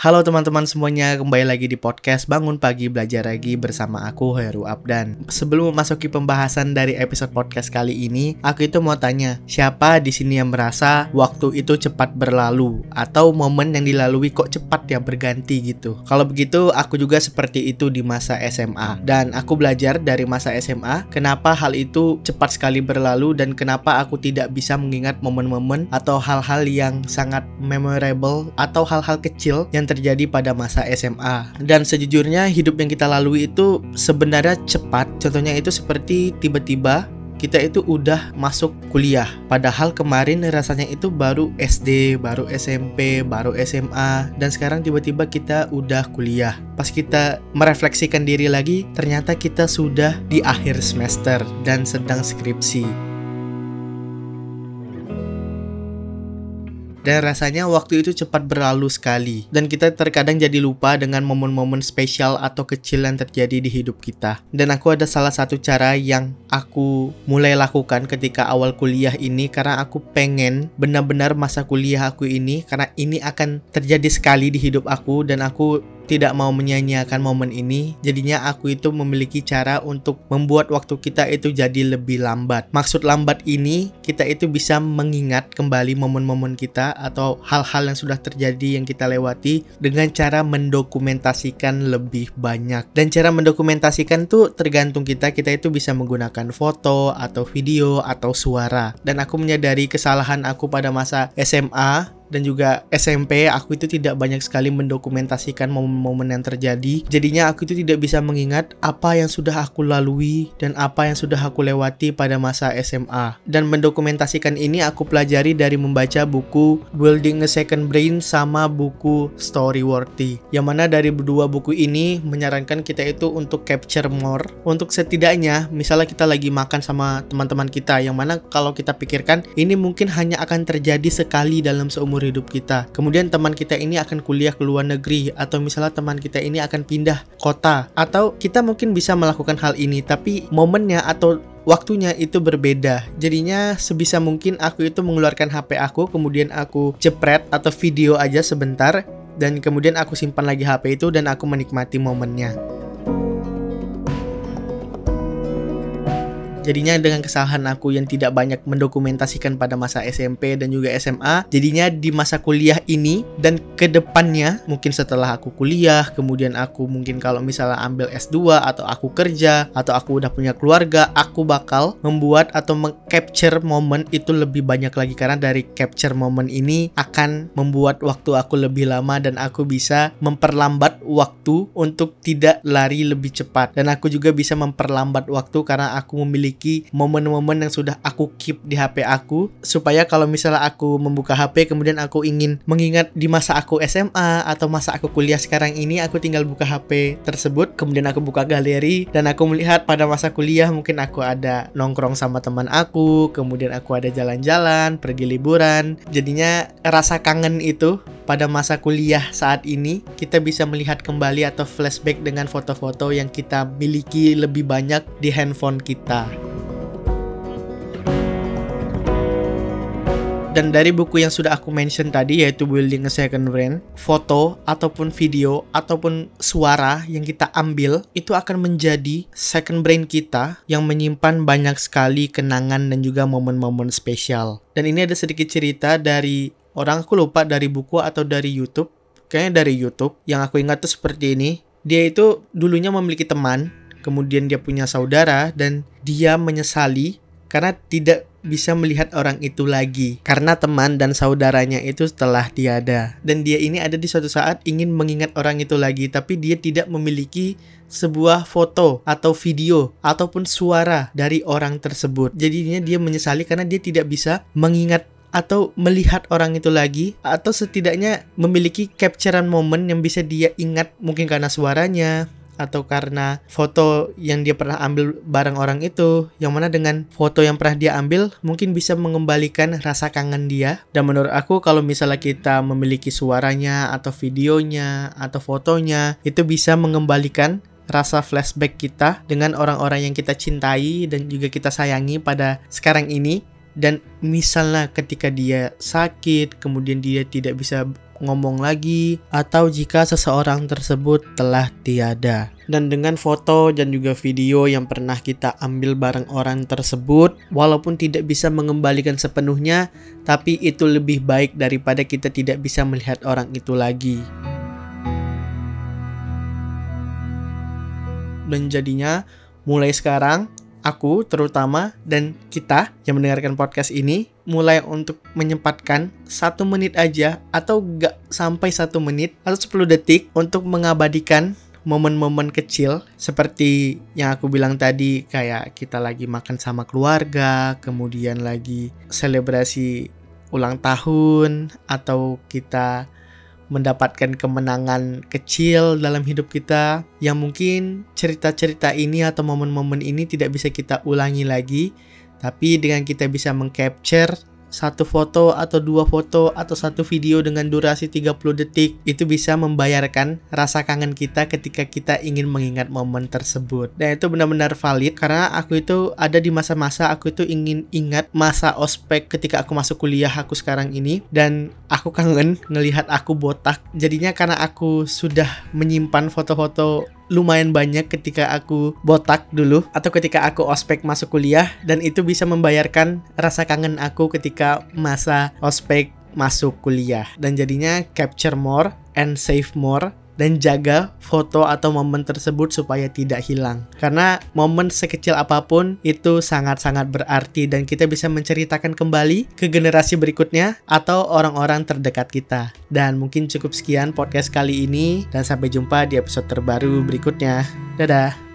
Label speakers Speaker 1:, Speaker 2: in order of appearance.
Speaker 1: Halo teman-teman semuanya, kembali lagi di podcast Bangun Pagi Belajar Lagi bersama aku, Heru Abdan. Sebelum memasuki pembahasan dari episode podcast kali ini, aku itu mau tanya, siapa di sini yang merasa waktu itu cepat berlalu atau momen yang dilalui kok cepat ya berganti gitu? Kalau begitu, aku juga seperti itu di masa SMA. Dan aku belajar dari masa SMA, kenapa hal itu cepat sekali berlalu dan kenapa aku tidak bisa mengingat momen-momen atau hal-hal yang sangat memorable atau hal-hal kecil yang terjadi pada masa SMA. Dan sejujurnya hidup yang kita lalui itu sebenarnya cepat. Contohnya itu seperti tiba-tiba kita itu udah masuk kuliah. Padahal kemarin rasanya itu baru SD, baru SMP, baru SMA, dan sekarang tiba-tiba kita udah kuliah. Pas kita merefleksikan diri lagi, ternyata kita sudah di akhir semester dan sedang skripsi. Dan rasanya waktu itu cepat berlalu sekali. Dan kita terkadang jadi lupa dengan momen-momen spesial atau kecil yang terjadi di hidup kita. Dan aku ada salah satu cara yang aku mulai lakukan ketika awal kuliah ini, karena aku pengen benar-benar masa kuliah aku ini, karena ini akan terjadi sekali di hidup aku dan aku tidak mau menyia-nyiakan momen ini. Jadinya aku itu memiliki cara untuk membuat waktu kita itu jadi lebih lambat. Maksud lambat ini, kita itu bisa mengingat kembali momen-momen kita atau hal-hal yang sudah terjadi yang kita lewati dengan cara mendokumentasikan lebih banyak. Dan cara mendokumentasikan tuh tergantung kita itu bisa menggunakan foto atau video atau suara. Dan aku menyadari kesalahan aku pada masa SMA dan juga SMP, aku itu tidak banyak sekali mendokumentasikan momen-momen yang terjadi. Jadinya aku itu tidak bisa mengingat apa yang sudah aku lalui dan apa yang sudah aku lewati pada masa SMA. Dan mendokumentasikan ini aku pelajari dari membaca buku Building a Second Brain sama buku Storyworthy. Yang mana dari dua buku ini menyarankan kita itu untuk capture more. Untuk setidaknya, misalnya kita lagi makan sama teman-teman kita, yang mana kalau kita pikirkan ini mungkin hanya akan terjadi sekali dalam seumur hidup kita. Kemudian teman kita ini akan kuliah ke luar negeri, atau misalnya teman kita ini akan pindah kota, atau kita mungkin bisa melakukan hal ini tapi momennya atau waktunya itu berbeda. Jadinya sebisa mungkin aku itu mengeluarkan HP aku, kemudian aku jepret atau video aja sebentar, dan kemudian aku simpan lagi HP itu dan aku menikmati momennya. Jadinya dengan kesalahan aku yang tidak banyak mendokumentasikan pada masa SMP dan juga SMA, jadinya di masa kuliah ini dan ke depannya, mungkin setelah aku kuliah, kemudian aku mungkin kalau misalnya ambil S2 atau aku kerja atau aku udah punya keluarga, aku bakal membuat atau meng-capture momen itu lebih banyak lagi, karena dari capture momen ini akan membuat waktu aku lebih lama dan aku bisa memperlambat waktu untuk tidak lari lebih cepat. Dan aku juga bisa memperlambat waktu karena aku memiliki momen-momen yang sudah aku keep di HP aku, supaya kalau misalnya aku membuka HP kemudian aku ingin mengingat di masa aku SMA atau masa aku kuliah sekarang ini, aku tinggal buka HP tersebut, kemudian aku buka galeri dan aku melihat pada masa kuliah mungkin aku ada nongkrong sama teman aku, kemudian aku ada jalan-jalan, pergi liburan. Jadinya rasa kangen itu pada masa kuliah saat ini kita bisa melihat kembali atau flashback dengan foto-foto yang kita miliki lebih banyak di handphone kita. Dan dari buku yang sudah aku mention tadi, yaitu Building a Second Brain, foto ataupun video ataupun suara yang kita ambil itu akan menjadi second brain kita yang menyimpan banyak sekali kenangan dan juga momen-momen spesial. Dan ini ada sedikit cerita dari orang, aku lupa dari buku atau dari YouTube. Kayaknya dari YouTube. Yang aku ingat tuh seperti ini. Dia itu dulunya memiliki teman, kemudian dia punya saudara, dan dia menyesali karena tidak bisa melihat orang itu lagi, karena teman dan saudaranya itu telah tiada. Dan dia ini ada di suatu saat ingin mengingat orang itu lagi, tapi dia tidak memiliki sebuah foto atau video ataupun suara dari orang tersebut. Jadinya dia menyesali karena dia tidak bisa mengingat atau melihat orang itu lagi, atau setidaknya memiliki capturean momen yang bisa dia ingat, mungkin karena suaranya atau karena foto yang dia pernah ambil bareng orang itu, yang mana dengan foto yang pernah dia ambil mungkin bisa mengembalikan rasa kangen dia. Dan menurut aku kalau misalnya kita memiliki suaranya atau videonya atau fotonya, itu bisa mengembalikan rasa flashback kita dengan orang-orang yang kita cintai dan juga kita sayangi pada sekarang ini. Dan misalnya ketika dia sakit, kemudian dia tidak bisa ngomong lagi, atau jika seseorang tersebut telah tiada. Dan dengan foto dan juga video yang pernah kita ambil bareng orang tersebut, walaupun tidak bisa mengembalikan sepenuhnya, tapi itu lebih baik daripada kita tidak bisa melihat orang itu lagi. Dan jadinya mulai sekarang aku terutama dan kita yang mendengarkan podcast ini mulai untuk menyempatkan 1 menit aja atau gak sampai 1 menit atau 10 detik untuk mengabadikan momen-momen kecil seperti yang aku bilang tadi, kayak kita lagi makan sama keluarga, kemudian lagi selebrasi ulang tahun, atau kita mendapatkan kemenangan kecil dalam hidup kita, yang mungkin cerita-cerita ini atau momen-momen ini tidak bisa kita ulangi lagi, tapi dengan kita bisa mengcapture 1 foto atau 2 foto atau 1 video dengan durasi 30 detik, itu bisa membayarkan rasa kangen kita ketika kita ingin mengingat momen tersebut. Dan itu benar-benar valid, karena aku itu ada di masa-masa aku itu ingin ingat masa ospek ketika aku masuk kuliah aku sekarang ini, dan aku kangen ngelihat aku botak. Jadinya karena aku sudah menyimpan foto-foto lumayan banyak ketika aku botak dulu atau ketika aku ospek masuk kuliah, dan itu bisa membayarkan rasa kangen aku ketika masa ospek masuk kuliah. Dan jadinya capture more and save more, dan jaga foto atau momen tersebut supaya tidak hilang. Karena momen sekecil apapun itu sangat-sangat berarti, dan kita bisa menceritakan kembali ke generasi berikutnya atau orang-orang terdekat kita. Dan mungkin cukup sekian podcast kali ini, dan sampai jumpa di episode terbaru berikutnya. Dadah!